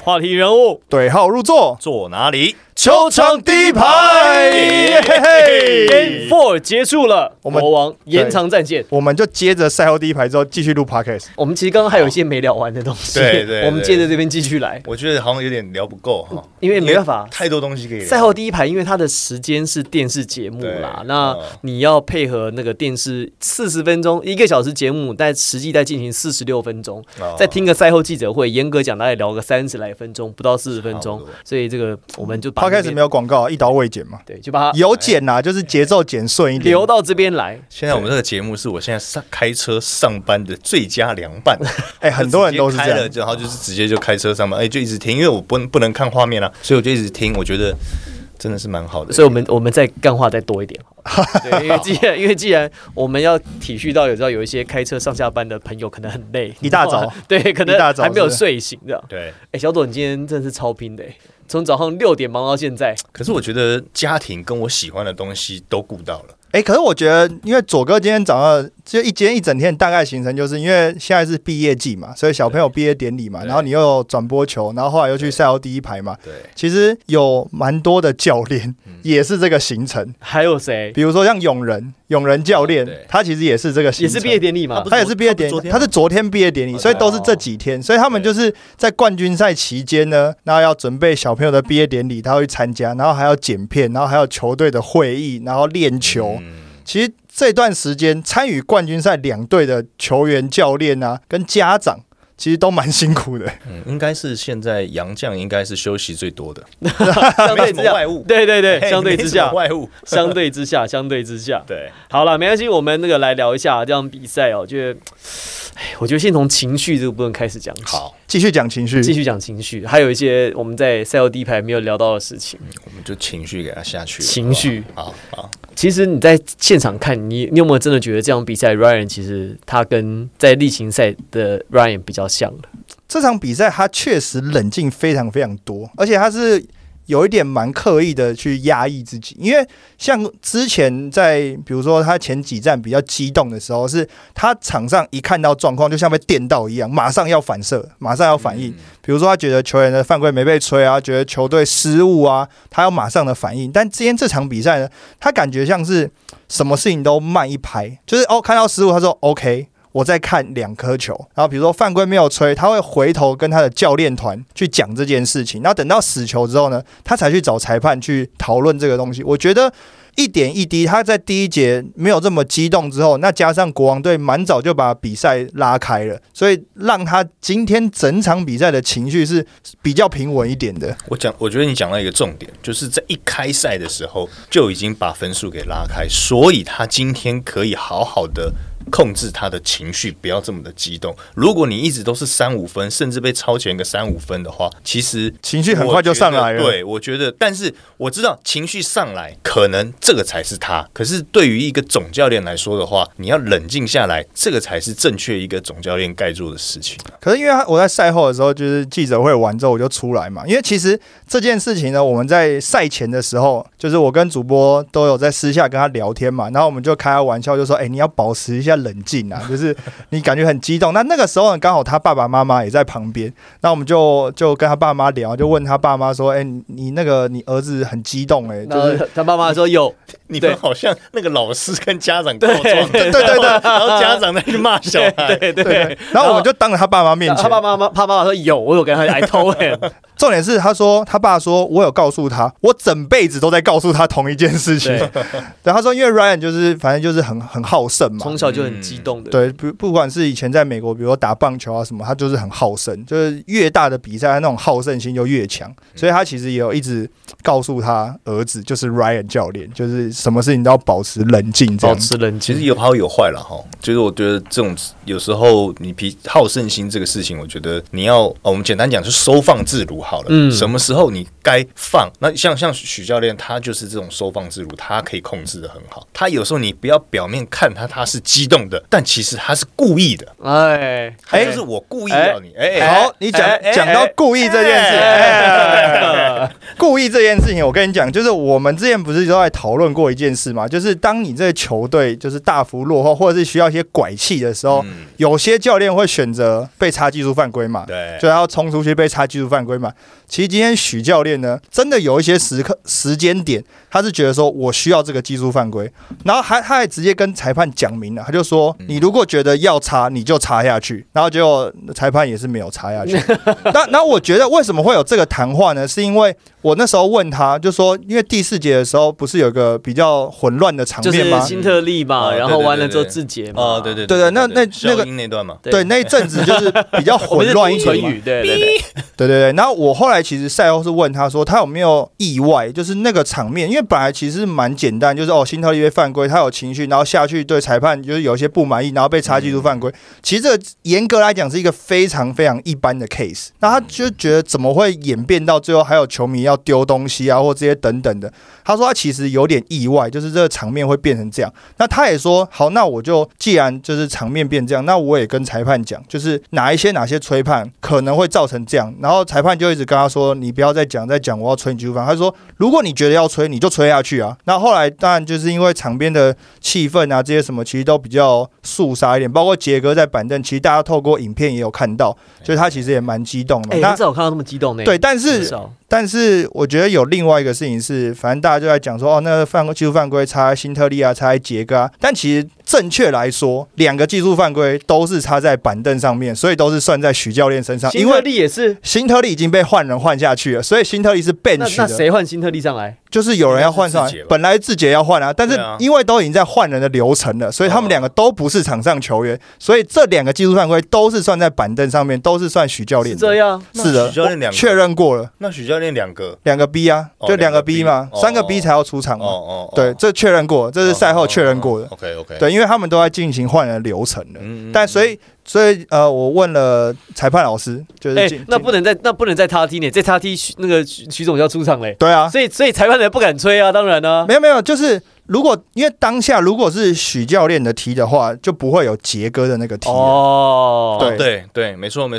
话题人物， 对号入座， 坐哪里？ 球场第一排。 Game 4结束了， 我们国王延长战线， 我们就接着赛后第一排之后继续录 podcast。 我们其实刚刚还有一些没聊完的东西， 对， 我们接着这边继续来。 我觉得好像有点聊不够哈， 因为没办法， 太多东西可以聊。 赛后第一排，因为它的时间是电视节目啦，那你要配合那个电视40分钟1个小时节目，但实际在进行46分钟，再听个赛后记者会，严格讲大概聊个30来分钟，不到40分钟，所以这个我们就把 podcast 没有广告，一刀未剪嘛。 对，就把它有剪啦，就是节奏剪顺一点， 留到这边来。 现在我们这个节目是我现在开车上班的最佳凉拌。 很多人都是这样， 然后就是直接就开车上班，就一直听，因为我不能看画面啦，所以我就一直听，我觉得真的是蛮好的。 所以我们再干话再多一点。对，因为既然我们要体恤到有一些开车上下班的朋友可能很累， 一大早， 对，可能还没有睡醒的。 对， 小朵你今天真的是超拼的，从早上6点忙到现在。 可是我觉得家庭跟我喜欢的东西都顾到了。 可是我觉得，因为左哥今天早上就今天一整天大概行程，就是因为现在是毕业季嘛，所以小朋友毕业典礼嘛，然后你又有转播球，然后后来又去赛后第一排嘛， 对， 其实有蛮多的教练也是这个行程。 还有谁？ 比如说像永仁教练，他其实也是这个行程， 也是毕业典礼嘛， 他也是毕业典礼，他是昨天毕业典礼，所以都是这几天，所以他们就是在冠军赛期间呢，然后要准备小朋友的毕业典礼，他会去参加，然后还要剪片，然后还有球队的会议，然后练球。其实这段时间参与冠军赛2队的球员、教练啊，跟家长，其实都蛮辛苦的。 应该是现在洋将应该是休息最多的， 相对之下， 外务， 对，相对之下， 外务， 相对之下， 对， 好了，没关系，我们那个来聊一下这场比赛哦，我觉得先从情绪这个部分开始讲起。 好， 继续讲情绪， 还有一些我们在赛后第一排没有聊到的事情。 我们就情绪给他下去。 情绪， 好。 其实你在现场看，你有没有真的觉得这场比赛 Ryan 其实他跟在例行赛的 Ryan 比较像了？ 这场比赛他确实冷静非常非常多，而且他是有一点蛮刻意的去压抑自己，因为像之前在比如说他前几站比较激动的时候，是他场上一看到状况就像被电到一样，马上要反射，马上要反应。比如说他觉得球员的犯规没被吹啊，觉得球队失误啊，他要马上的反应。但今天这场比赛呢，他感觉像是什么事情都慢一拍，就是看到失误他说 OK，我再看2颗球，然后比如说犯规没有吹，他会回头跟他的教练团去讲这件事情，然后等到死球之后呢，他才去找裁判去讨论这个东西。我觉得一点一滴，他在第一节没有这么激动之后，那加上国王队蛮早就把比赛拉开了，所以让他今天整场比赛的情绪是比较平稳一点的。 我觉得你讲到一个重点，就是在一开赛的时候就已经把分数给拉开，所以他今天可以好好的控制他的情绪，不要这么的激动。如果你一直都是3-5分，甚至被超前个3-5分的话，其实情绪很快就上来了。 对，我觉得，但是我知道情绪上来，可能这个才是他。可是对于一个总教练来说的话，你要冷静下来，这个才是正确一个总教练该做的事情。 可是因为我在赛后的时候，就是记者会完之后我就出来嘛，因为其实这件事情呢，我们在赛前的时候，就是我跟主播都有在私下跟他聊天嘛，然后我们就开他玩笑，就说：“你要保持一下冷静啊，就是你感觉很激动。”那个时候呢，刚好他爸爸妈妈也在旁边，那我们就跟他爸妈聊，就问他爸妈说：“你儿子很激动就是他爸妈说有。” 你们好像那个老师跟家长告状， 对， 然后家长在去骂小孩， 对， 然后我们就当着他爸妈面前， 他爸妈说有，我有跟他 I told him。 重点是他爸说我有告诉他，我整辈子都在告诉他同一件事情。对，他说因为 Ryan 就是反正就是很好胜嘛， 从小就很激动的。 对，不管是以前在美国，比如说打棒球啊什么，他就是很好胜，就是越大的比赛，他那种好胜心就越强。所以他其实也有一直告诉他儿子，就是 Ryan 教练，就是什么事情都要保持冷静， 保持冷静。 其实有好有坏啦齁，就是我觉得这种有时候你好胜心这个事情，我觉得你要我们简单讲就收放自如好了。什么时候你该放？那像许教练，他就是这种收放自如，他可以控制得很好。他有时候你不要表面看他是激动的，但其实他是故意的。就是我故意要你。 好，你讲到故意这件事，故意这件事情，我跟你讲，就是我们之前不是都在讨论过一件事嘛，就是当你这个球队就是大幅落后，或者是需要一些拐气的时候，有些教练会选择被插技术犯规嘛， 对， 就要冲出去被插技术犯规嘛。其实今天许教练呢，真的有一些时间点，他是觉得说我需要这个技术犯规，然后他还直接跟裁判讲明了，他就说你如果觉得要插，你就插下去，然后结果裁判也是没有插下去。那我觉得为什么会有这个谈话呢？是因为我那时候问他，就说因为第4节的时候不是有个比较混乱的场面吗？ 就是辛特利嘛，然后完了之后志杰嘛， 对， 那个那段嘛， 对，那一阵子就是比较混乱一点嘛，对。然后我后来其实赛后是问他说，他有没有意外，就是那个场面，因为本来其实蛮简单，就是辛特利被犯规，他有情绪，然后下去对裁判就是有一些不满意，然后被插技术犯规。其实这个严格来讲是一个非常非常一般的 case， 那他就觉得怎么会演变到最后还有球迷要丢东西啊，或这些等等的。他说他其实有点意外，就是这个场面会变成这样。那他也说好，那我就既然就是场面变这样，那我也跟裁判讲，就是哪些吹判可能会造成这样。然后裁判就一直跟他说，你不要再讲，我要吹你技术犯。他说如果你觉得要吹，你就吹下去啊。那后来当然就是因为场边的气氛啊这些什么，其实都比较肃杀一点，包括杰哥在板凳，其实大家透过影片也有看到，所以他其实也蛮激动的。 很少看到那么激动的。 对，但是我觉得有另外一个事情是，反正大家就在讲说，那个技术犯规插在辛特利啊，插在杰哥啊，但其实正确来说，2个技术犯规都是插在板凳上面，所以都是算在许教练身上。 辛特利也是， 辛特利已经被换人换下去了，所以辛特利是 bench 的。 那谁换辛特利上来？ 就是有人要换上来，本来志杰要换啊，但是因为都已经在换人的流程了，所以他们2个都不是场上球员，所以这2个技术犯规都是算在板凳上面，都是算许教练的。 是这样， 是的， 许教练2个确认过了。 那许教练2 个 B 啊，就2个 B 嘛，3个 B 才要出场嘛。对，这确认过，这是赛后确认过的。 OK， 对，因为他们都在进行换人的流程了。但所以我问了裁判老师，就是那不能再他踢呢，再他踢那个许总要出场嘞。 对啊， 所以裁判人不敢吹啊，当然啊， 没有，就是因为当下如果是许教练的踢的话，就不会有杰哥的那个踢。 对，没错。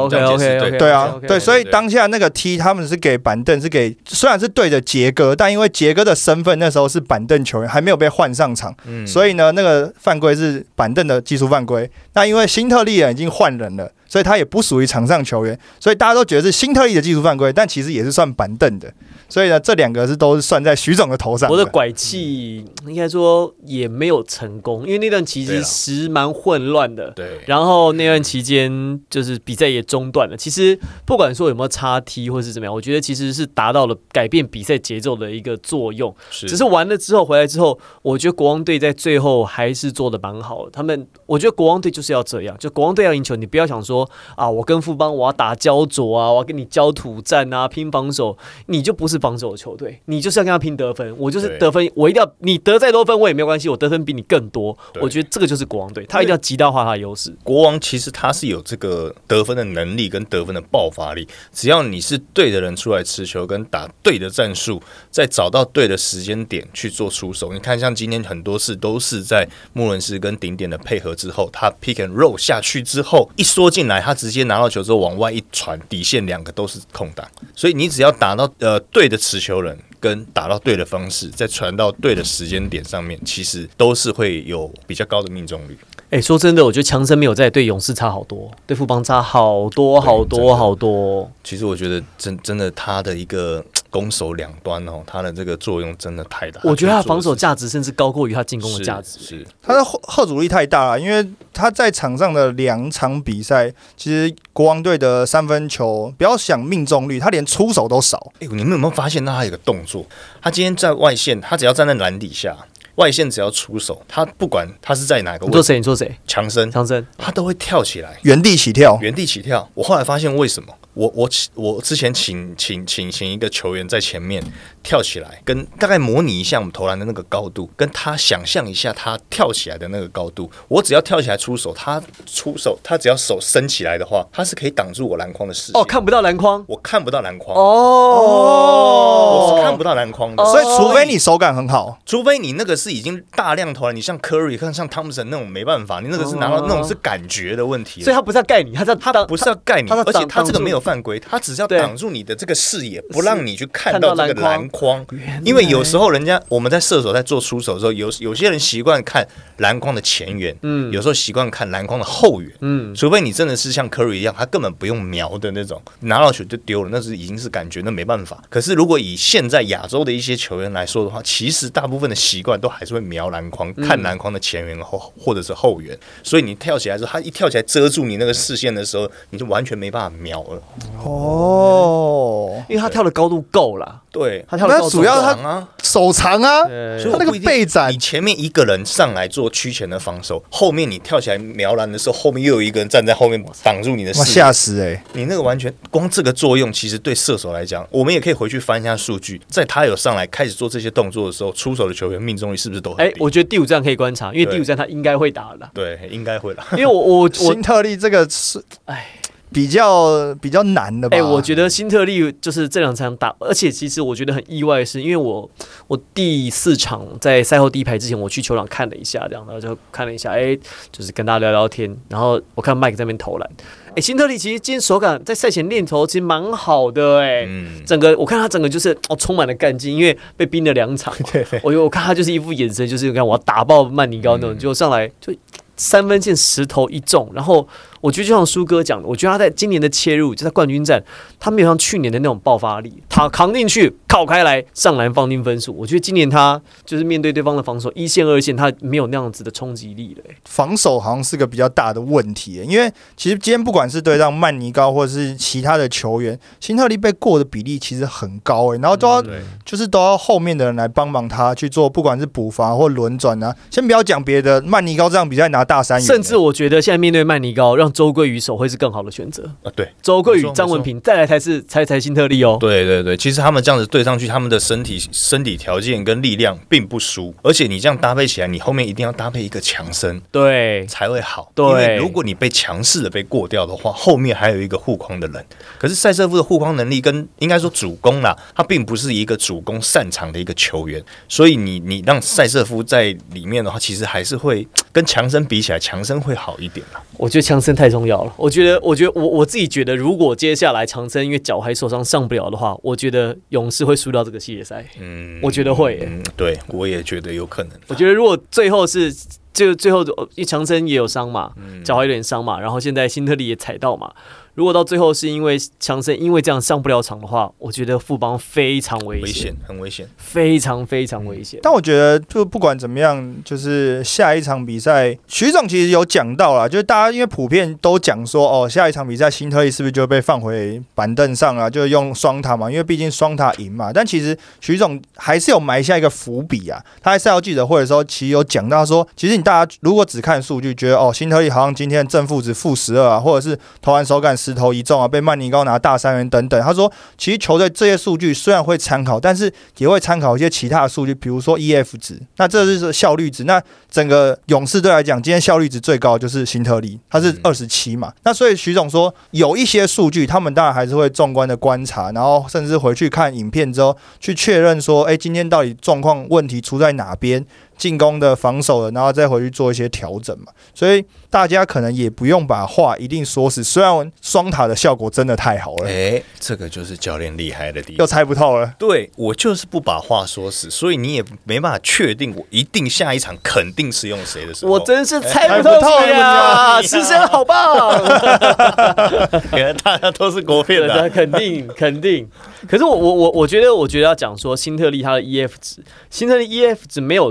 OK， 对啊，对，所以当下那个踢他们是给板凳，虽然是对着杰哥，但因为杰哥的身份那时候是板凳球员，还没有被换上场，所以呢，那个犯规是板凳的技术犯规。那因为辛特利人已经换人了，所以他也不属于场上球员，所以大家都觉得是辛特利的技术犯规，但其实也是算板凳的。所以呢，这2个都是算在许总的头上的。 我的拐气应该说也没有成功，因为那段其实蛮混乱的。 对， 然后那段期间就是比赛也中断了。其实不管说有没有插踢或是怎么样，我觉得其实是达到了改变比赛节奏的一个作用。只是完了之后回来之后，我觉得国王队在最后还是做的蛮好的。我觉得国王队就是要这样，就国王队要赢球，你不要想说啊，我跟富邦我要打焦灼啊，我要跟你焦土战啊，拼防守，你就不是防守的球队，你就是要跟他拼得分。我就是得分，我一定要你得再多分我也没有关系，我得分比你更多。我觉得这个就是国王队，他一定要极大化他的优势。 国王其实他是有这个得分的能力跟得分的爆发力，只要你是对的人出来持球，跟打对的战术，再找到对的时间点去做出手。你看，像今天很多次都是在穆伦斯跟顶点的配合之后，他 pick and roll 下去之后，一缩进来，他直接拿到球之后往外一传，底线2个都是空档。所以你只要打到对的持球人，跟打到对的方式，再传到对的时间点上面，其实都是会有比较高的命中率。 说真的，我觉得强森没有在对勇士差好多，对富邦差好多。 其实我觉得真的他的一个攻守2端他的这个作用真的太大。 我觉得他的防守价值甚至高过于他进攻的价值。 是他的贺阻力太大了，因为他在场上的2场比赛，其实国王队的3分球，不要想命中率，他连出手都少。 你们有没有发现他有个动作？他今天在外线，他只要站在篮底下。外线只要出手，他不管他是在哪个位置， 你说谁？强森， 他都会跳起来， 原地起跳。 我后来发现为什么？ 我之前请一个球员在前面跳起来，跟大概模拟一下我们投篮的那个高度，跟他想象一下他跳起来的那个高度。我只要跳起来出手，他只要手伸起来的话，他是可以挡住我篮筐的视线。 看不到篮筐， 我看不到篮筐。 我是看不到篮筐的。 所以除非你手感很好， 除非你那个是已经大量投篮，你像 Curry 像汤普森那种没办法，你那个是拿到那种是感觉的问题。 所以他不是要盖你，他不是要盖你，而且他这个没有犯规，他只是要挡住你的这个视野，不让你去看到这个篮筐。因为有时候我们在射手在做出手的时候，有些人习惯看篮筐的前缘，有时候习惯看篮筐的后缘，除非你真的是像 Curry 一样，他根本不用瞄的那种，拿到球就丢了，那是已经是感觉，那没办法。可是如果以现在亚洲的一些球员来说的话，其实大部分的习惯都还是会瞄篮筐，看篮筐的前缘或者是后缘，所以你跳起来之后，他一跳起来遮住你那个视线的时候，你就完全没办法瞄了。 因为他跳的高度够了。 对， 他跳的高度主要他手长啊，他那个背展， 你前面一个人上来做区前的防守，后面你跳起来瞄篮的时候，后面又有一个人站在后面挡住你的视野， 吓死你那个完全光这个作用，其实对射手来讲，我们也可以回去翻一下数据，在他有上来开始做这些动作的时候，出手的球员命中率是不是都很低？ 我觉得第5站可以观察，因为第5站他应该会打的。 对，应该会啦。 因为我辛特利这个是比较难的吧？ 我觉得辛特利就是这2场打，而且其实我觉得很意外的是，因为我第4场在赛后第一排之前，我去球场看了一下，这样，然后就看了一下，就是跟大家聊聊天，然后我看 Mike 在那边投篮。辛特利其实今天手感在赛前练投其实蛮好的整个我看他整个就是充满了干劲，因为被冰了2场，我看他就是一副眼神，就是看我要打爆曼尼高那种，就上来就3分线10投1中，然后我觉得就像苏哥讲的，我觉得他在今年的切入，就在冠军战，他没有像去年的那种爆发力，他扛进去靠开来上篮放进分数。我觉得今年他就是面对对方的防守1线2线，他没有那样子的冲击力了。 防守好像是个比较大的问题，因为其实今天不管是对上曼尼高或者是其他的球员，辛特利被过的比例其实很高然后都要后面的人来帮忙他去做，不管是补罚或轮转啊。先不要讲别的，曼尼高这样比赛拿大3元， 甚至我觉得现在面对曼尼高，让周桂宇守会是更好的选择对， 周桂宇、张文平再来才辛特利对，其实他们这样子对上去，他们的身体条件跟力量并不输，而且你这样搭配起来，你后面一定要搭配一个强身， 对， 才会好。 对， 因为如果你被强势的被过掉的话，后面还有一个护框的人。可是塞瑟夫的护框能力跟应该说主攻啦，他并不是一个主攻擅长的一个球员，所以你让塞瑟夫在里面的话，其实还是会跟强森比起来，强森会好一点啦。 我觉得强森太重要了。我自己觉得，如果接下来强森因为脚还受伤上不了的话，我觉得勇士会输掉这个系列赛。我觉得会对，我也觉得有可能。 我觉得如果最后是因为强森也有伤嘛，脚还有点伤嘛，然后现在辛特利也踩到嘛。如果到最后是因为强森因为这样上不了场的话，我觉得富邦非常危险， 很危险， 非常非常危险。 但我觉得就不管怎么样，就是下一场比赛，徐总其实有讲到啦，就是大家因为普遍都讲说，下一场比赛辛特利是不是就被放回板凳上啊？就是用双塔嘛，因为毕竟双塔赢嘛。但其实徐总还是有埋下一个伏笔啊。他在赛后记者会的时候，其实有讲到说，其实大家如果只看数据，觉得辛特利好像今天正负值-12啊，或者是投篮手感10投1中啊，被曼尼高拿大3元等等。他说，其实球队这些数据虽然会参考，但是也会参考一些其他的数据，比如说 EF 值，那这是效率值。那整个勇士队来讲，今天效率值最高的就是辛特利，他是27嘛。那所以徐总说，有一些数据，他们当然还是会纵观的观察，然后甚至回去看影片之后，去确认说，今天到底状况问题出在哪边。进攻的、防守的，然后再回去做一些调整嘛。所以大家可能也不用把话一定说死，虽然双塔的效果真的太好了。 这个就是教练厉害的地方， 又猜不透了。 对，我就是不把话说死，所以你也没办法确定我一定下一场肯定是用谁的时候。 我真是猜不透呀！师生好棒， 原来大家都是国片的， 肯定。可是我觉得要讲说辛特利他的 EF 值，辛特利 EF 值没有错，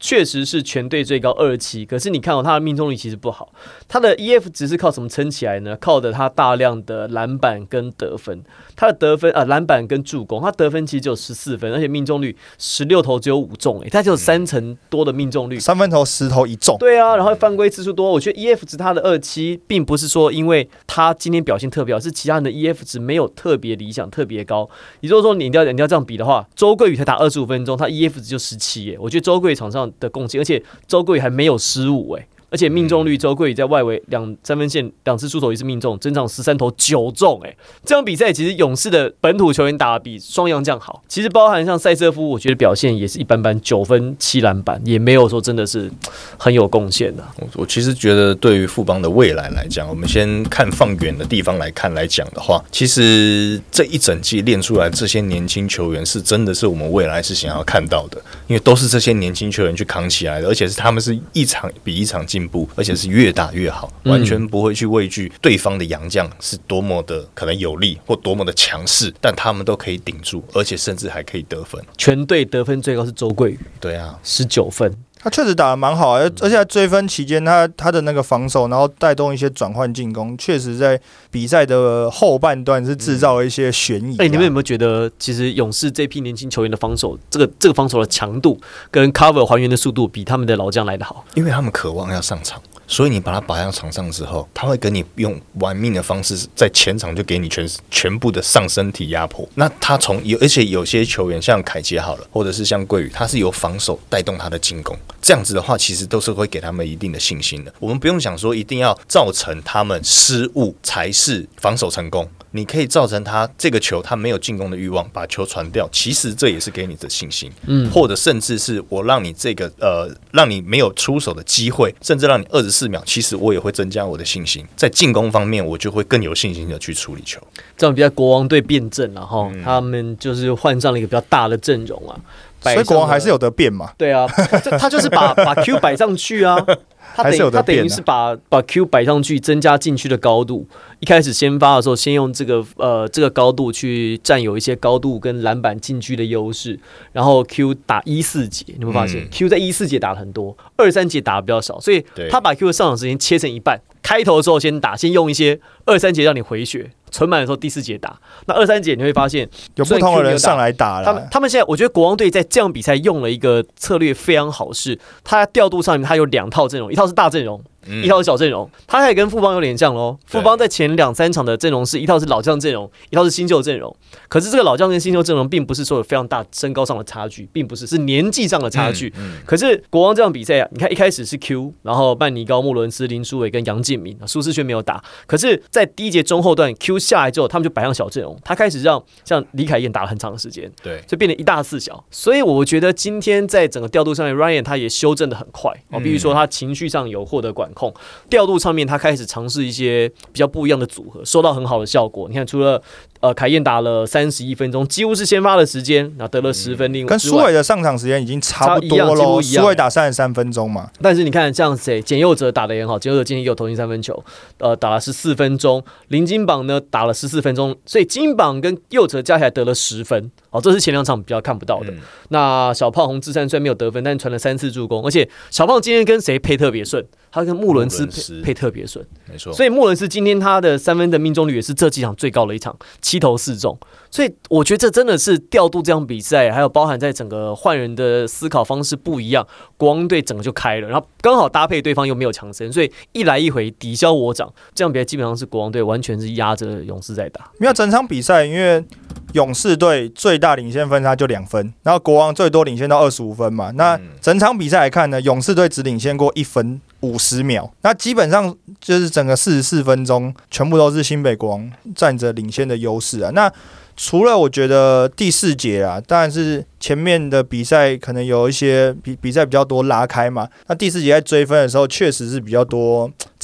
确实是全队最高27，可是你看他的命中率其实不好，他的 EF 值是靠什么撑起来呢？靠的他大量的篮板跟得分，他的得分篮板跟助攻，他得分其实只有14分，而且命中率16投只有5中，他就有30%多的命中率 ，3分投10投1中。 对啊，然后犯规次数多，我觉得 EF 值他的27，并不是说因为他今天表现特别好，是其他人的 EF 值没有特别理想、特别高。也就是说，你要这样比的话，周桂宇才打25分钟，他 EF 值就17耶。我觉得周桂宇场上的贡献，而且周桂宇还没有失误哎。而且命中率，周桂宇在外围三分线2次出手1次命中，整场13投9中，这场比赛其实勇士的本土球员打得比双阳将好。其实包含像塞瑟夫，我觉得表现也是一般般，9分7篮板，也没有说真的是很有贡献的。 我其实觉得，对于富邦的未来来讲，我们先看放远的地方来讲的话，其实这一整季练出来这些年轻球员，是真的是我们未来是想要看到的，因为都是这些年轻球员去扛起来的，而且是他们是一场比一场进步，而且是越打越好，完全不会去畏惧对方的洋将是多么的可能有力或多么的强势，但他们都可以顶住，而且甚至还可以得分。 全队得分最高是周桂宇， 对啊 ，19分。 他确实打得蛮好，而且在追分期间，他的那个防守，然后带动一些转换进攻，确实在比赛的后半段是制造了一些悬疑。 你们有没有觉得，其实勇士这批年轻球员的防守，这个防守的强度跟 cover 还原的速度，比他们的老将来得好？ 因为他们渴望要上场。所以你把他摆到场上之后，他会跟你用玩命的方式，在前场就给你全部的上身体压迫。那他而且有些球员像凯杰好了，或者是像桂宇，他是由防守带动他的进攻。这样子的话，其实都是会给他们一定的信心的。我们不用想说一定要造成他们失误才是防守成功。你可以造成他这个球他没有进攻的欲望，把球传掉，其实这也是给你的信心，或者甚至是我让你这个让你没有出手的机会，甚至让你24秒，其实我也会增加我的信心，在进攻方面我就会更有信心的去处理球。 这样比较国王队变阵了哈，他们就是换上了一个比较大的阵容啊， 所以国王还是有得变嘛？ 对啊，他就是把 Q 摆上去啊。他等于是把 Q 摆上去，增加禁区的高度。一开始先发的时候，先用这个高度去占有一些高度跟篮板禁区的优势，然后 Q 打1-4节，你会发现 Q 在1-4节打的很多，2-3节打的比较少，所以他把 Q 的上场时间切成一半，开头的时候先用一些2-3节让你回血。存满的时候第4节打，那2-3节你会发现有不同的人上来打了。 他们现在我觉得国王队在这样比赛用了一个策略非常好，是他调度上面他有2套阵容，一套是大阵容。一套是小阵容，他还跟富邦有点像咯。富邦在前2-3场的阵容是一套是老将阵容，一套是新秀阵容。可是这个老将跟新秀阵容并不是说有非常大身高上的差距，并不是年纪上的差距。可是国王这场比赛啊，你看一开始是 Q， 然后曼尼高、莫伦斯、林书伟跟杨敬敏，苏世轩没有打。可是，在第一节中后段 Q 下来之后，他们就摆上小阵容，他开始让像李凯燕打了很长的时间，对，就变得1大4小。所以我觉得今天在整个调度上面 ，Ryan 他也修正的很快哦，比如说他情绪上有获得管控。调度上面，他开始尝试一些比较不一样的组合，收到很好的效果。你看，除了凯燕打了31分钟，几乎是先发的时间，然后得了10分。 跟苏伟的上场时间已经差不多了，苏伟打33分钟嘛。 但是你看，像谁，简佑哲打得也很好，简佑哲今天也有投进3分球，打了14分钟。林金榜呢打了14分钟，所以金榜跟佑哲加起来得了10分。哦，这是前2场比较看不到的。那小胖洪志善虽然没有得分，但传了3次助攻，而且小胖今天跟谁配特别顺？他跟穆伦斯配特别顺， 没错。 所以穆伦斯今天他的3分的命中率也是这几场最高的一场，7投4中。所以我觉得这真的是调度这场比赛，还有包含在整个换人的思考方式不一样，国王队整个就开了，然后刚好搭配对方又没有强身，所以一来一回抵消我长，这样比赛基本上是国王队完全是压着勇士在打。 没有整场比赛，因为勇士队最大领先分差就2分，然后国王最多领先到25分嘛。那整场比赛来看呢，勇士队只领先过1分50秒，那基本上就是整个44分钟全部都是新北国王占着领先的优势啊。那除了我觉得第4节啊，当然是前面的比赛可能有一些比赛比较多拉开嘛。那第4节在追分的时候，确实是比较多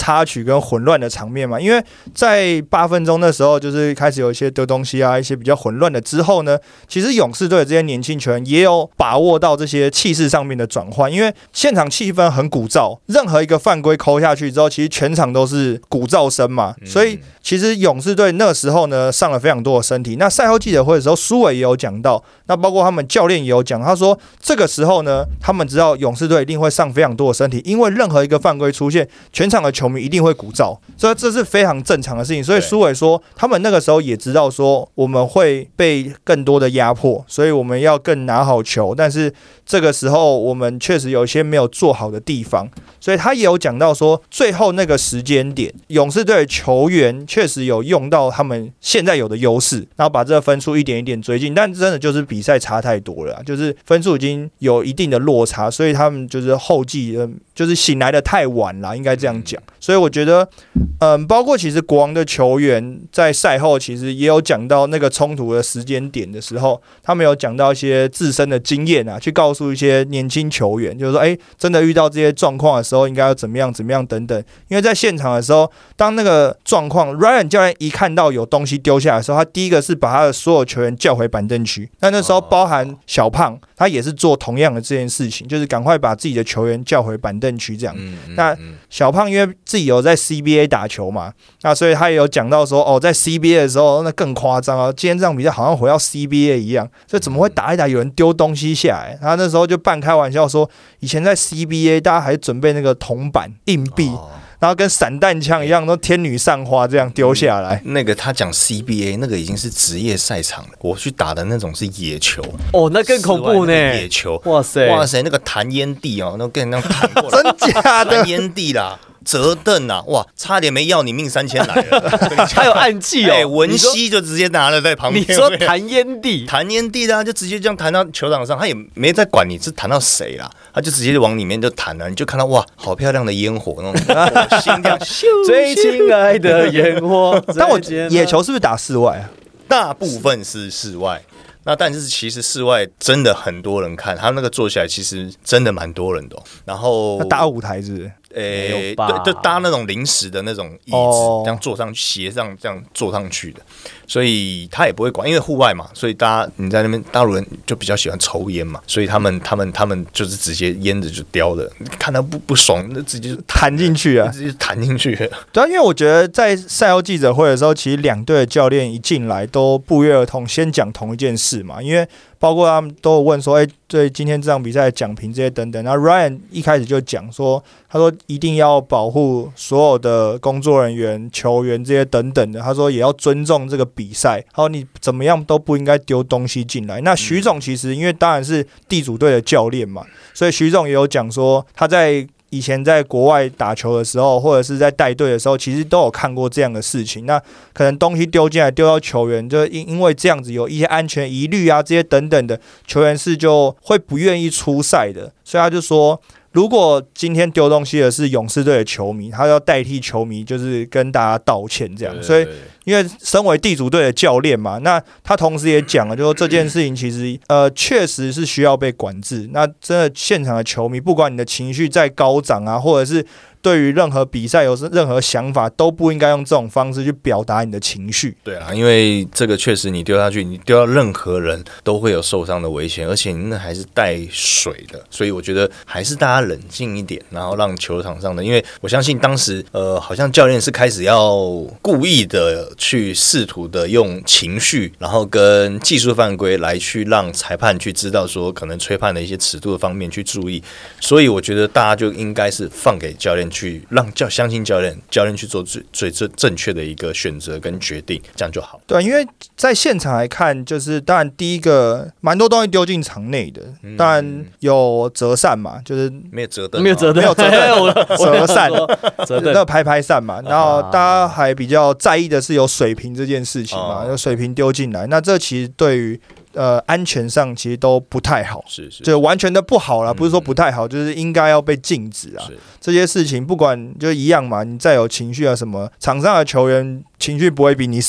插曲跟混乱的场面嘛。因为在8分钟那时候，就是开始有一些丢东西啊，一些比较混乱的之后呢，其实勇士队的这些年轻球员也有把握到这些气势上面的转换，因为现场气氛很鼓噪，任何一个犯规扣下去之后，其实全场都是鼓噪声嘛，所以其实勇士队那时候呢上了非常多的身体。那赛后记者会的时候，苏伟也有讲到，那包括他们教练也有讲，他说这个时候呢，他们知道勇士队一定会上非常多的身体，因为任何一个犯规出现，全场的球迷一定会鼓噪，所以这是非常正常的事情。所以苏伟说，他们那个时候也知道说我们会被更多的压迫，所以我们要更拿好球，但是这个时候我们确实有一些没有做好的地方，所以他也有讲到说，最后那个时间点，勇士队的球员确实有用到他们现在有的优势，然后把这个分数一点一点追进，但真的就是比赛差太多了，就是分数已经有一定的落差，所以他们就是后继就是醒来的太晚了，应该这样讲。所以我觉得，包括其实国王的球员在赛后其实也有讲到那个冲突的时间点的时候，他们有讲到一些自身的经验啊，去告诉一些年轻球员，就是说，真的遇到这些状况的时候，应该要怎么样等等。因为在现场的时候，当那个状况 ，Ryan 教练一看到有东西丢下来的时候，他第一个是把他的所有球员叫回板凳区。那时候包含小胖，他也是做同样的这件事情，就是赶快把自己的球员叫回板凳区这样。那小胖因为自己有在 CBA 打球嘛，那所以他也有讲到说，在 CBA 的时候那更夸张啊，今天这场比赛好像回到 CBA 一样，所以怎么会打一打有人丢东西下来？他那时候就半开玩笑说，以前在 CBA 大家还准备那个铜板硬币。然后跟散弹枪一样，都天女散花这样丢下来。 那个他讲 CBA， 那个已经是职业赛场了。我去打的那种是野球， 那更恐怖呢！ 野球，哇塞，那个弹烟蒂哦，那跟人家弹过来， 真假的？ 弹烟蒂啦。折凳啊，哇，差点没要你命3000来了。 还有暗器哦， 文熙就直接拿了在旁边。 你说弹烟蒂， 弹烟蒂啦，就直接这样弹到球场上，他也没在管你是弹到谁啦，他就直接往里面就弹了，你就看到哇，好漂亮的烟火那种心跳， 最亲爱的烟火。 但我野球是不是打室外啊？ 大部分是室外。那但是其实室外真的很多人看，他那个做起来其实真的蛮多人的。然后搭舞台是不是？ 对，就搭那种临时的那种椅子，这样坐上去，斜上这样坐上去的，所以他也不会管，因为户外嘛，所以你在那边大陆人就比较喜欢抽烟嘛，所以他们就是直接烟子就叼了，看他不爽，那直接就弹进去啊， 直接弹进去。 对啊，因为我觉得在赛后记者会的时候，其实两队的教练一进来都不约而同先讲同一件事嘛，因为包括他们都有问说，对今天这场比赛的奖评这些等等。然后 Ryan 一开始就讲说，他说一定要保护所有的工作人员、球员这些等等的。他说也要尊重这个比赛，他说你怎么样都不应该丢东西进来。那徐总其实因为当然是地主队的教练嘛，所以徐总也有讲说他在以前在国外打球的时候，或者是在带队的时候，其实都有看过这样的事情。那可能东西丢进来，丢到球员，就因为这样子有一些安全疑虑啊，这些等等的，球员是就会不愿意出赛的。所以他就说，如果今天丢东西的是勇士队的球迷，他要代替球迷，就是跟大家道歉这样。所以，因为身为地主队的教练嘛，那他同时也讲了，就是说这件事情其实确实是需要被管制。那真的现场的球迷，不管你的情绪再高涨啊，或者是对于任何比赛有任何想法，都不应该用这种方式去表达你的情绪。 对啊，因为这个确实你丢下去，你丢到任何人都会有受伤的危险，而且那还是带水的，所以我觉得还是大家冷静一点，然后让球场上的，因为我相信当时好像教练是开始要故意的去试图的用情绪，然后跟技术犯规来去让裁判去知道说可能吹判的一些尺度的方面去注意，所以我觉得大家就应该是放给教练去让相信教练去做最正确的一个选择跟决定，这样就好。 对，因为在现场来看，就是当然第一个蛮多东西丢进场内的，当然有折扇嘛，就是没有折凳， 没有折扇，那个拍扇嘛。然后大家还比较在意的是有水瓶这件事情嘛，有水瓶丢进来，那这其实对于安全上其实都不太好， 是就完全的不好啦，不是说不太好，就是应该要被禁止啊。这些事情不管就一样嘛，你再有情绪啊什么，场上的球员情绪不会比你少。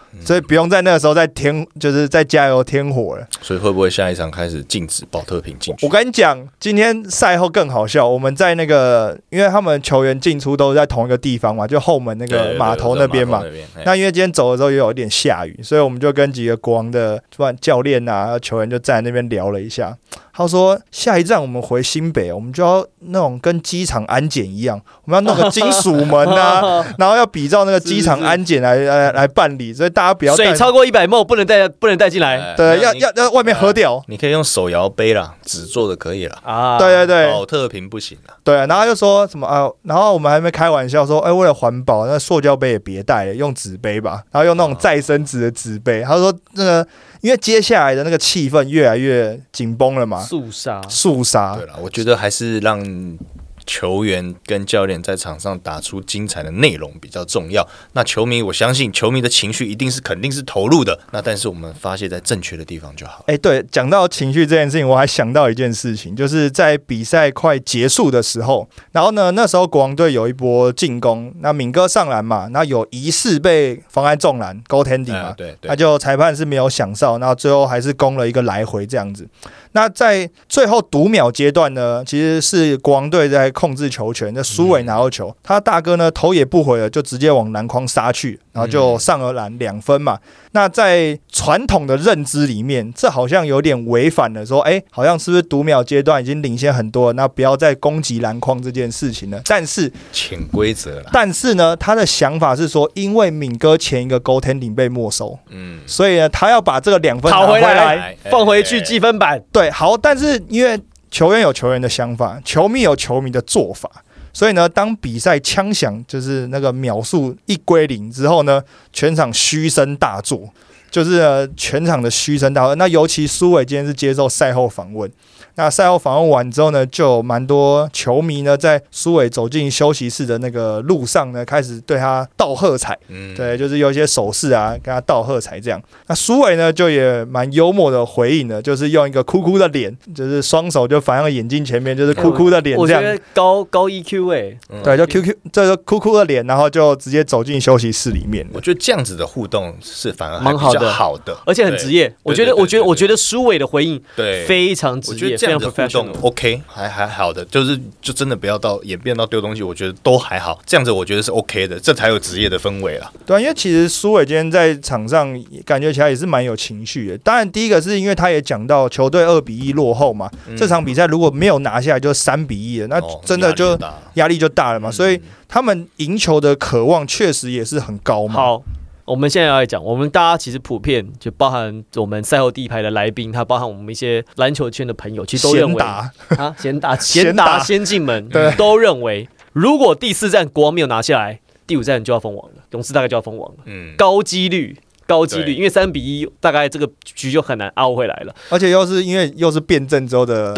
所以不用在那个时候就是在加油添火了。 所以会不会下一场开始禁止保特瓶进去？ 我跟你讲，今天赛后更好笑，我们在那个，因为他们球员进出都是在同一个地方嘛，就后门那个码头那边嘛。那因为今天走的时候也有一点下雨，所以我们就跟几个国王的教练啊、球员就站在那边聊了一下。他说下一站我们回新北，我们就要那种跟机场安检一样，我们要弄个金属门啊，然后要比照那个机场安检来办理，所以大家不要水超过100ml不能带进来， 对，要外面喝掉。 你可以用手摇杯啦，纸做的可以啦。 啊，对， 保特瓶不行啦。 对，然后就说什么啊，然后我们还没开玩笑说，为了环保，那塑胶杯也别带了，用纸杯吧，然后用那种再生纸的纸杯。他说那个。因为接下来的那个气氛越来越紧绷了嘛， 肃杀。 对了，我觉得还是让球员跟教练在场上打出精彩的内容比较重要。那球迷，我相信球迷的情绪肯定是投入的。那但是我们发泄在正确的地方就好。 对，讲到情绪这件事情，我还想到一件事情，就是在比赛快结束的时候，然后呢，那时候国王队有一波进攻，那敏哥上篮嘛，那有疑似被妨碍中篮 goaltending 嘛， 对， 那就裁判是没有响哨，然后最后还是攻了一个来回这样子。那在最后读秒阶段呢，其实是国王队在控制球权，那苏伟拿到球，他大哥呢头也不回了，就直接往篮筐杀去，然后就上了篮2分嘛。那在传统的认知里面，这好像有点违反了说，好像是不是读秒阶段已经领先很多了，那不要再攻击篮筐这件事情了。但是潜规则啦。 但是呢，他的想法是说，因为敏哥前一个 goaltending 被没收，所以呢，他要把这个2分讨回来，放回去计分板。 对，好，但是因为球员有球员的想法，球迷有球迷的做法，所以呢，当比赛枪响，就是那个秒数一归零之后呢，全场嘘声大作，就是全场的嘘声大作。那尤其苏伟今天是接受赛后访问。那赛后访问完之后呢，就有蛮多球迷呢，在苏伟走进休息室的那个路上呢，开始对他道喝彩，对，就是有一些手势啊，跟他道喝彩这样。那苏伟呢，就也蛮幽默的回应了，就是用一个哭哭的脸，就是双手就反向眼睛前面，就是哭哭的脸这样。 我觉得高 EQ 对，就 QQ 这个哭哭的脸，然后就直接走进休息室里面。 我觉得这样子的互动是反而还比较好的， 而且很职业。我觉得苏伟的回应非常职业。 这样的互动 OK 还好的，就真的不要到演变到丢东西，我觉得都还好，这样子我觉得是 OK 的，这才有职业的氛围啦。 对，因为其实苏伟今天在场上感觉起来也是蛮有情绪的。当然，第一个是因为他也讲到球队2-1落后嘛，这场比赛如果没有拿下来就3-1了，那真的就压力就大了嘛，所以他们赢球的渴望确实也是很高嘛。 好。我们现在要来讲，我们大家其实普遍就包含我们赛后第一排的来宾，还包含我们一些篮球圈的朋友，其实都认为先打先进门，都认为如果第4站国王没有拿下来，第5站就要封王了，勇士大概就要封王了，高几率，因为3-1，大概这个局就很难凹回来了， 而且因为又是变阵之后的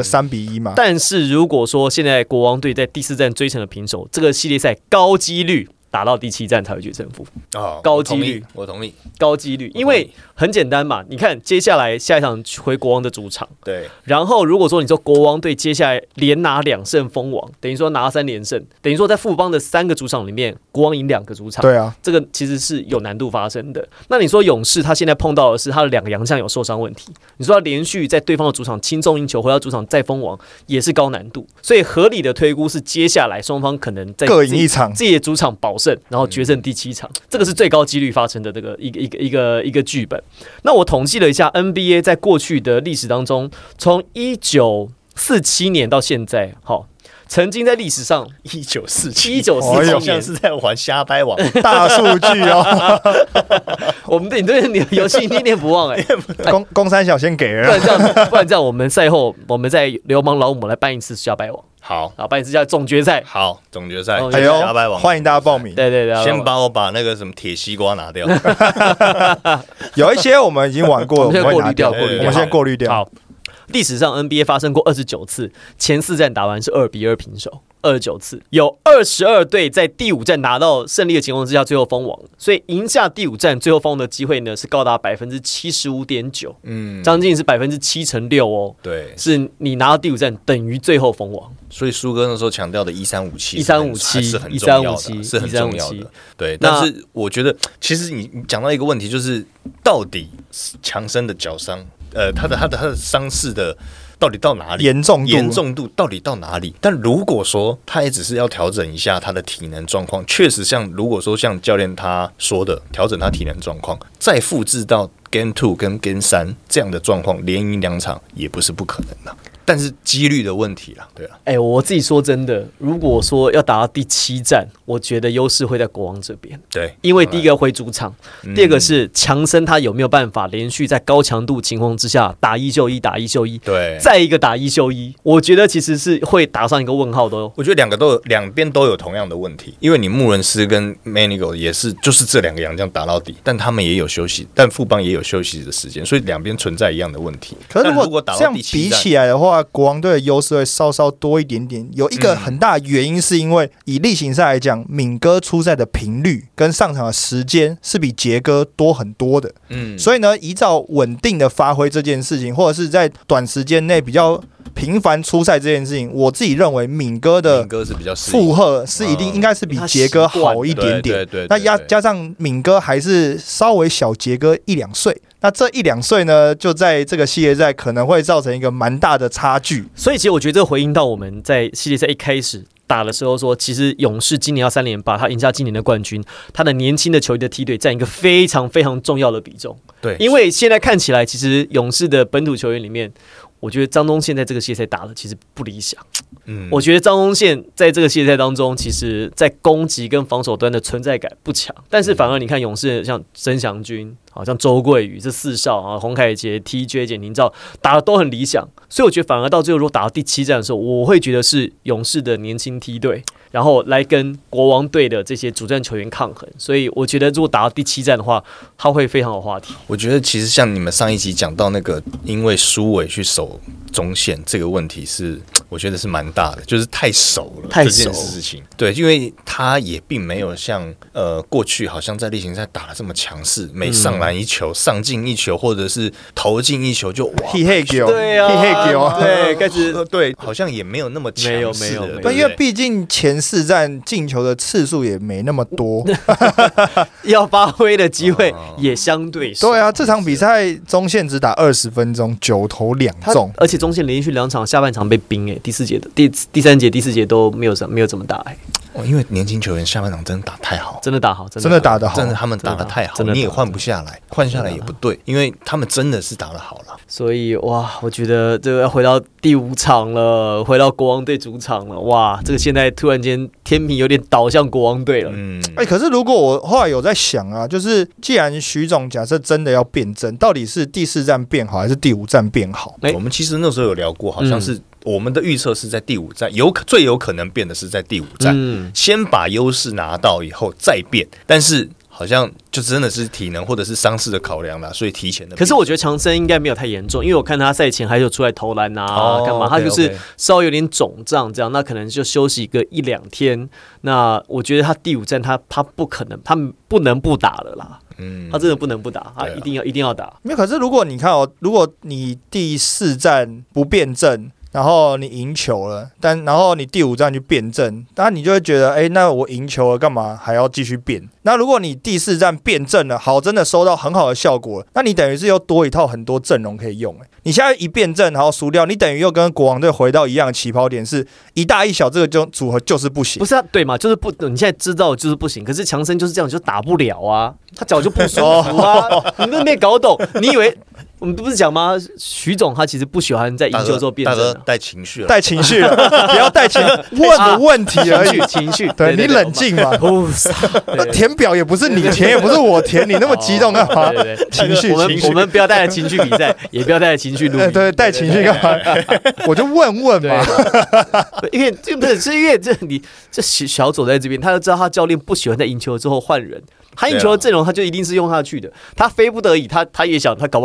3-1嘛。 但是如果说现在国王队在第4站追成了平手，这个系列赛高几率打到第7站才会决胜负，高几率， 我同意， 高几率，因为很简单嘛，你看接下来下一场回国王的主场， 对， 然后如果说你说国王队接下来连拿2胜封王，等于说拿3连胜，等于说在富邦的3个主场里面，国王赢2个主场， 对啊， 这个其实是有难度发生的。那你说勇士他现在碰到的是他的2个洋将有受伤问题，你说他连续在对方的主场轻松赢球，回到主场再封王也是高难度，所以合理的推估是接下来双方可能在各赢一场， 自己的主场保胜，然后决胜第7场，这个是最高几率发生的这个一个剧本。那我统计了一下 NBA 在过去的历史当中，从1947年到现在，曾经在历史上 1947年是在玩瞎掰网大数据哦。 我们对你的游戏念念不忘公三小先给了， 不然这样我们赛后我们在流氓老母来办一次瞎掰网。 好， 办一次叫总决赛。 好，总决赛， 瞎掰网，欢迎大家报名。 对， 先帮我把那个什么铁西瓜拿掉。 有一些我们已经玩过了，我们先过滤掉。 好， 历史上 NBA 发生过29次，前4战打完是2-2平手。29次，有22队在第5战拿到胜利的情况之下，最后封王，所以赢下第5战最后封王的机会呢是高达75.9%，将近是7%6%哦。 对， 是你拿到第5战等于最后封王。 所以苏哥那时候强调的1357是很重要的，是很重要的。对，但是我觉得其实你讲到一个问题，就是到底强森的脚伤，他的伤势的。到底到哪里？严重度到底到哪里？但如果说他也只是要调整一下他的体能状况，确实如果说像教练他说的，调整他体能状况，再复制到 Game 2跟 Game 3这样的状况，连赢2场也不是不可能的。但是几率的问题啦，对啊。 我自己说真的，如果说要打到第7战，我觉得优势会在国王这边。 对， 因为第一个回主场，第二个是强森他有没有办法连续在高强度情况之下打1秀1， 对， 再一个打1秀1，我觉得其实是会打上一个问号的哦。 我觉得两边都有同样的问题，因为你穆伦斯跟 Manigo 也是就是这2个洋将打到底，但他们也有休息，但富邦也有休息的时间，所以两边存在一样的问题。 可是如果打到第7战，比起来的话，国王队的优势会稍稍多一点点。有一个很大的原因是因为以例行赛来讲，敏哥出赛的频率跟上场的时间是比杰哥多很多的。所以呢，依照稳定的发挥这件事情，或者是在短时间内比较频繁出赛这件事情，我自己认为敏哥的负荷是应该是比杰哥好一点点。 对， 那加上敏哥还是稍微小杰哥1-2岁。那这1-2岁呢，就在这个系列赛可能会造成一个蛮大的差距。 所以其实我觉得这回应到我们在系列赛一开始打的时候说，其实勇士今年要3连霸，他赢下今年的冠军，他的年轻的球员的梯队占一个非常非常重要的比重。 对， 因为现在看起来，其实勇士的本土球员里面，我觉得张宗宪在这个系列赛打的其实不理想。我觉得张宗宪在这个系列赛当中，其实在攻击跟防守端的存在感不强，但是反而你看勇士像曾祥军，好像周桂宇这4少啊，洪凯杰、TJ、简廷照打的都很理想，所以我觉得反而到最后如果打到第7战的时候，我会觉得是勇士的年轻梯队，然后来跟国王队的这些主战球员抗衡，所以我觉得如果打到第7战的话，他会非常有话题。 我觉得其实像你们上一集讲到那个，因为苏伟去守中线这个问题是，我觉得是蛮大的，就是太熟了这件事情。对，因为他也并没有像过去好像在例行赛打得这么强势，每上篮一球、上进一球，或者是投进一球就哇， 对啊，对，开始对，好像也没有那么强势的， 因为毕竟前4战进球的次数也没那么多， 要发挥的机会也相对少。 对啊，这场比赛中线只打20分钟，9投2中， 而且中线连续2场下半场被冰第4节的第3节、第4节都没有怎么打因为年轻球员下半场真的打太好， 真的打好， 真的打得好， 真的他们打得太好，你也换不下来，换下来也不对，因为他们真的是打得好了。 所以哇，我觉得这个要回到第5场了，回到国王队主场了，哇，这个现在突然间天平有点倒向国王队了。 可是如果我后来有在想啊，就是既然徐总假设真的要变阵，到底是第4战变好还是第5战变好？ 我们其实那时候有聊过，好像是我们的预测是在第5战，最有可能变的是在第5战，先把优势拿到以后再变，但是好像就真的是体能或者是伤势的考量啦，所以提前的。 可是我觉得强森应该没有太严重，因为我看他赛前还有出来投篮啊，干嘛？他就是稍微有点肿胀这样，那可能就休息个1-2天。那我觉得他第5战他不可能，他不能不打了啦。他真的不能不打，他一定要打。 没有，可是如果你看如果你第4战不变阵，然后你赢球了，然后你第5战去变阵，那你就会觉得，那我赢球了，干嘛还要继续变？那如果你第4战变阵了，好，真的收到很好的效果了，那你等于是又多一套很多阵容可以用。你现在一变阵，然后输掉，你等于又跟国王队回到一样的起跑点，是一大一小这个组合就是不行。 不是啊，对嘛，就是不，你现在知道就是不行。可是强森就是这样，就打不了啊，他脚就不舒服啊，你都没搞懂，你以为？我们不是讲吗？徐总他其实不喜欢在赢球之后变阵， 大哥带情绪了， 不要带情绪，问的问题而已， 情绪， 对你冷静嘛。那填表也不是你填，也不是我填，你那么激动干嘛？情绪， 我们不要带着情绪比赛，也不要带着情绪录音， 对，带情绪干嘛？我就问嘛， 因为这不是因为这小左在这边，他就知道他教练不喜欢在赢球之后换人。他赢球的阵容，他就一定是用下去的。他非不得已，他也想，他搞不好今天还是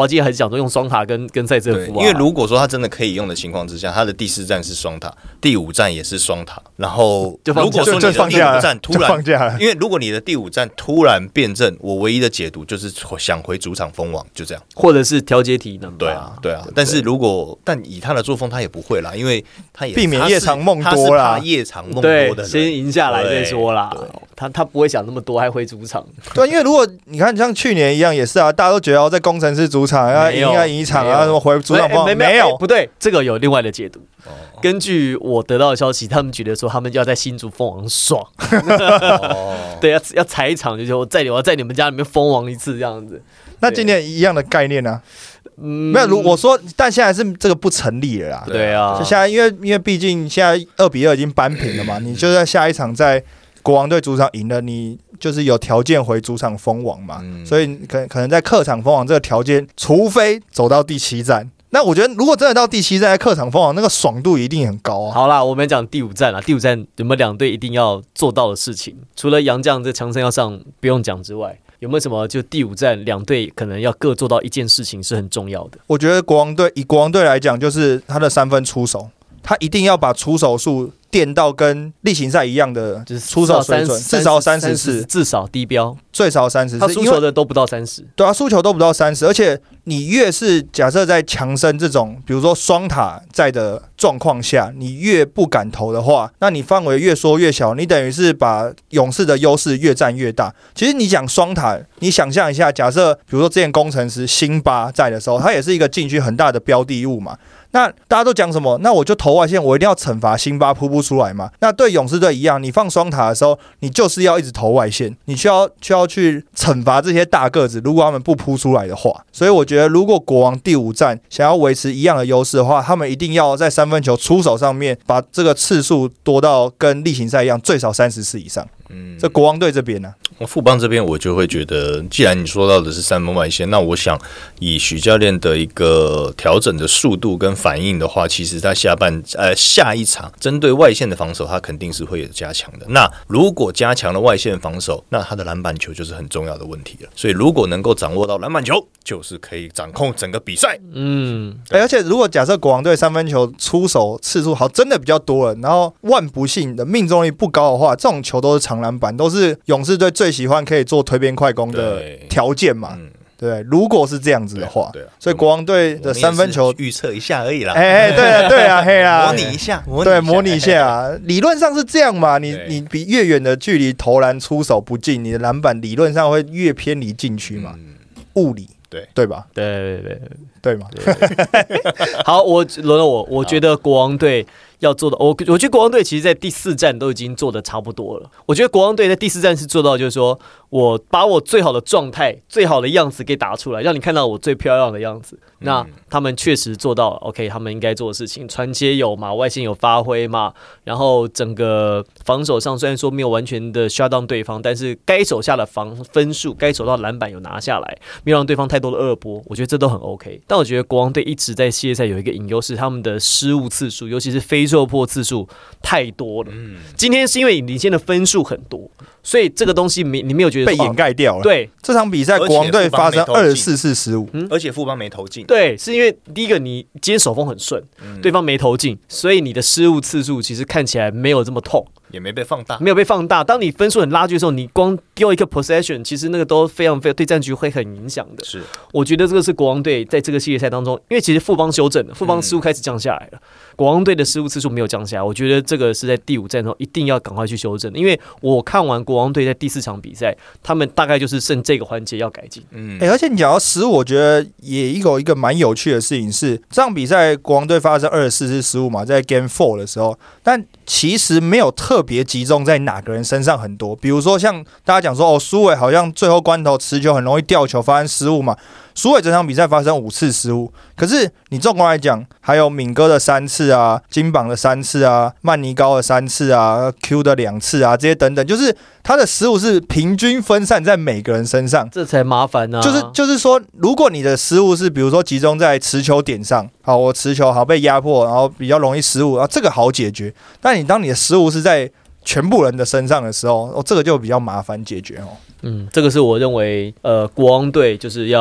想说用双塔跟赛车夫因为如果说他真的可以用的情况之下，他的第4站是双塔，第5站也是双塔，然后如果说你的第5站突然放假了， 因为如果你的第5站突然变正，我唯一的解读就是想回主场封王，就这样， 或者是调节体能。 对啊，但是但以他的作风，他也不会啦，因因为他也避免夜长梦多啦， 他是怕夜长梦多的人， 先赢下来再说啦。他不会想那么多，还回主场。 对，因为如果你看像去年一样也是啊，大家都觉得在工程师主场要赢一场啊，什么回主场没有， 不对，这个有另外的解读。根据我得到的消息，他们觉得说他们要在新竹封王爽，对，要踩一场，就是我要在你们家里面封王一次这样子。 那今年一样的概念呢？没有，我说，但现在是这个不成立了啦。 对啊， 就现在因为毕竟现在2-2已经扳平了嘛，你就在下一场在国王队主场赢了，你就是有条件回主场封王嘛。所以可能在客场封王这个条件，除非走到第7站。那我觉得，如果真的到第7站在客场封王，那个爽度一定很高啊。 好啦，我们讲第5站啦。第5站有没有2队一定要做到的事情？除了洋将这强生要上不用讲之外，有没有什么就第5站2队可能要各做到一件事情是很重要的？ 我觉得以国王队来讲，就是他的3分出手，他一定要把出手数垫到跟例行赛一样的出手水准，至少30次， 至少低标最少30。 他输球的都不到30， 对啊，输球都不到30，而且你越是假设在强生这种，比如说双塔在的状况下，你越不敢投的话，那你范围越缩越小，你等于是把勇士的优势越占越大。其实你讲双塔，你想象一下，假设比如说之前工程师辛巴在的时候，他也是一个禁区很大的标的物嘛。那大家都讲什么？那我就投外线，我一定要惩罚辛巴扑不出来嘛。那对勇士队一样，你放双塔的时候，你就是要一直投外线，你需要去惩罚这些大个子，如果他们不扑出来的话。所以我觉得，如果国王第5站想要维持一样的优势的话，他们一定要在3分球出手上面把这个次数多到跟例行赛一样，最少30次以上。这国王队这边呢？ 富邦这边我就会觉得，既然你说到的是3分外线，那我想以许教练的一个调整的速度跟反应的话，其实他下一场针对外线的防守，他肯定是会有加强的。那如果加强了外线防守，那他的篮板球就是很重要的问题了。所以如果能够掌握到篮板球，就是可以掌控整个比赛。 而且如果假设国王队3分球出手次数好真的比较多了，然后万不幸的命中率不高的话，这种球都是长篮板，都是勇士队最喜欢可以做推边快攻的条件嘛。对，如果是这样子的话，所以国王队的3分球预测一下而已啦。 对啊，嘿啊， 模拟一下， 模拟一下啊。理论上是这样嘛，你比越远的距离投篮出手不进，你的篮板理论上会越偏离禁区嘛，物理对吧？对嘛。 好，轮到我觉得国王队要做的，我觉得国王队其实在第4站都已经做的差不多了。我觉得国王队在第4站是做到，就是说我把我最好的状态、最好的样子给打出来，让你看到我最漂亮的样子。那他们确实做到了 ，OK， 他们应该做的事情，传接有嘛，外线有发挥嘛，然后整个防守上虽然说没有完全的 shut down 对方，但是该守下的分数、该守到篮板有拿下来，没有让对方太多的2波，我觉得这都很 OK。但我觉得国王队一直在系列赛有一个隐忧是他们的失误次数，尤其是非受迫次数太多了。今天是因为领先的分数很多，所以这个东西你没有觉得被掩盖掉了。 对， 这场比赛国王队发生24次失误， 而且富邦没投进。 对，是因为第一个你今天手风很顺，对方没投进，所以你的失误次数其实看起来没有这么痛。 也没被放大， 没有被放大。当你分数很拉锯的时候，你光丢一个 possession， 其实那个都非常对战局会很影响的。 是， 我觉得这个是国王队在这个系列赛当中，因为其实富邦修正了，富邦失误开始降下来了，国王队的失误次数没有降下来。我觉得这个是在第5战中一定要赶快去修正的，因为我看完国王队在第4场比赛，他们大概就是剩这个环节要改进。 而且你讲到失误，我觉得也有一个蛮有趣的事情是，这场比赛国王队发生24次失误嘛，在 Game 4的时候，但其实没有特别集中在哪个人身上很多，比如说像大家讲说苏伟好像最后关头持球很容易掉球发生失误嘛，苏伟整场比赛发生5次失误，可是你纵观来讲，还有敏哥的3次啊，金榜的3次啊，曼尼高的3次啊 ，Q 的2次啊，这些等等，就是他的失误是平均分散在每个人身上， 这才麻烦啊。 就是说，如果你的失误是比如说集中在持球点上，好，我持球好被压迫，然后比较容易失误，然后这个好解决。但当你的失误是在全部人的身上的时候，这个就比较麻烦解决哦。 这个是我认为国王队就是要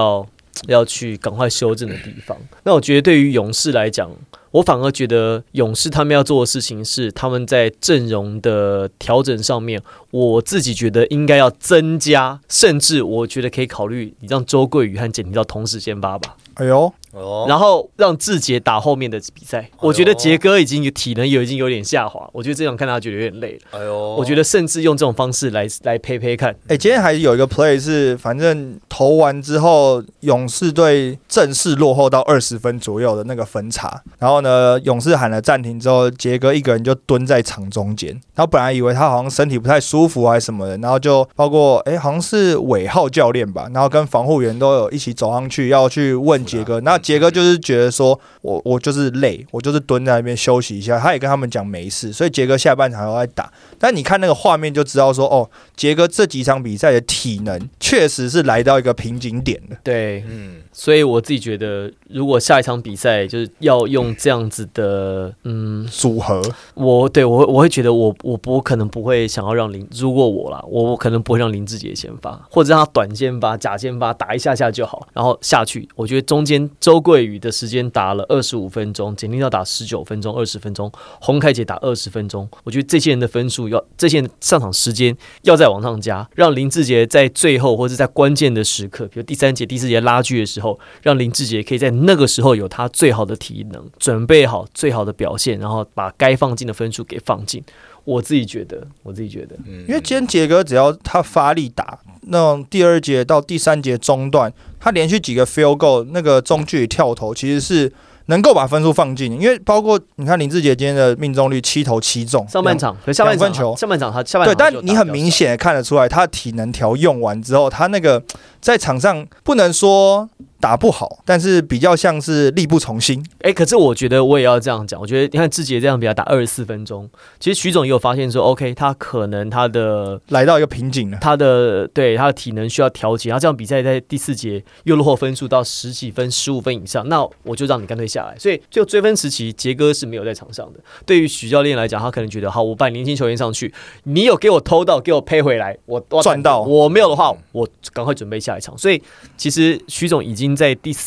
要去赶快修正的地方。那我觉得对于勇士来讲，我反而觉得勇士他们要做的事情是他们在阵容的调整上面，我自己觉得应该要增加，甚至我觉得可以考虑你让周桂宇和简廷照同时先发吧。 哎呦， 然后让志杰打后面的比赛。我觉得杰哥已经体能已经有点下滑，我觉得这场看他觉得有点累了。我觉得甚至用这种方式来陪看。 今天还有一个 play 是，反正投完之后，勇士队正式落后到20分左右的那个分差，然后呢，勇士喊了暂停之后，杰哥一个人就蹲在场中间。然后本来以为他好像身体不太舒服还是什么的，然后就包括好像是尾号教练吧，然后跟防护员都有一起走上去要去问杰哥。那杰哥就是觉得说我就是累，我就是蹲在那边休息一下。他也跟他们讲没事，所以杰哥下半场都在打。但你看那个画面就知道说，杰哥这几场比赛的体能确实是来到一个瓶颈点了。 对，所以我自己觉得，如果下一场比赛就是要用这样子的组合， 我会觉得我可能不会想要让如果我啦，我可能不会让林志杰先发，或者让他短先发、假先发打一下下就好，然后下去。我觉得中间周桂宇的时间打了25分钟，简廷照打19分钟、20分钟，洪凯杰打20分钟。我觉得这些人的分数这些人上场时间要再往上加，让林志杰在最后或者在关键的时刻，比如第3节、第4节拉锯的时候，让林志杰可以在那个时候有他最好的体能，准备好最好的表现，然后把该放进的分数给放进。我自己觉得， 因为今天杰哥只要他发力打那种第2节到第3节中段，他连续几个 field goal 那个中距离跳投，其实是能够把分数放进。因为包括你看林志杰今天的命中率7投7中， 上半场和下半场球，下半场对，但你很明显看得出来，他的体能条用完之后，他那个在场上不能说打不好，但是比较像是力不从心。 可是我觉得我也要这样讲，我觉得你看志杰这样比他打24分钟，其实徐总也有发现说 ，OK， 他可能他的来到一个瓶颈了， 他的体能需要调节，他这样比赛在第4节又落后分数到10几分、15分以上，那我就让你干脆下来。所以最后追分时期，杰哥是没有在场上的。对于许教练来讲，他可能觉得好，我把年轻球员上去，你有给我偷到，给我配回来，我赚到； 我没有的话，我赶快准备下一场。所以其实徐总已经在第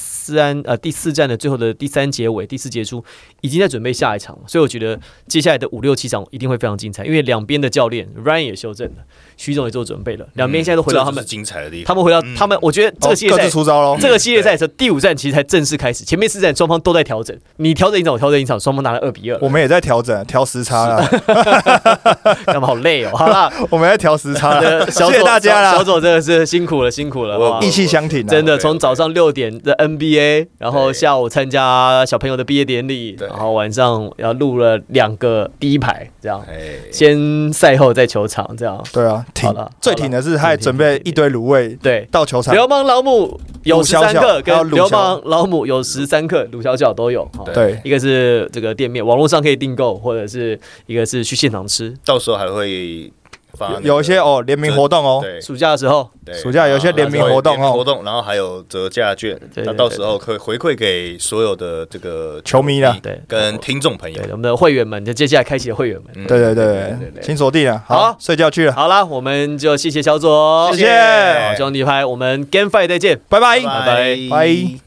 4站的最后的第3节尾、第4节初，已经在准备下一场了。所以我觉得接下来的5、6、7场一定会非常精彩，因为两边的教练 Ryan 也修正了，徐总也做准备了，两边现在都回到他们精彩的地方。 他们回到他们，我觉得这个系列赛各自出招咯。 这个系列赛的时候，第5站其实才正式开始，前面4站双方都在调整，你调整一场，我调整一场，双方拿了2比2。 我们也在调整，调时差啦。 干嘛好累哦？好啦， 我们在调时差，谢谢大家啦。 小左真的是辛苦了， 义气相挺， 真的从早上6点的 NBA， 然后下午参加小朋友的毕业典礼，然后晚上要录了2个第一排，这样，先赛后在球场这样。 对啊，最挺的是他还准备一堆卤味， 对， 到球场。 流氓老母有13克，跟流氓老母有13克，卤小小都有。 对， 一个是这个店面，网络上可以订购，或者是一个是去现场吃。 到时候还会有一些联名活动哦， 暑假的时候， 暑假有一些联名活动哦， 然后还有折价券，那到时候可以回馈给所有的这个球迷啦， 对， 跟听众朋友， 我们的会员们，就接下来开启的会员们， 对，请锁定了，好，睡觉去了， 好啦，我们就谢谢小左， 谢谢， 兄弟拍，我们 GameFi 再见， 拜拜， 拜。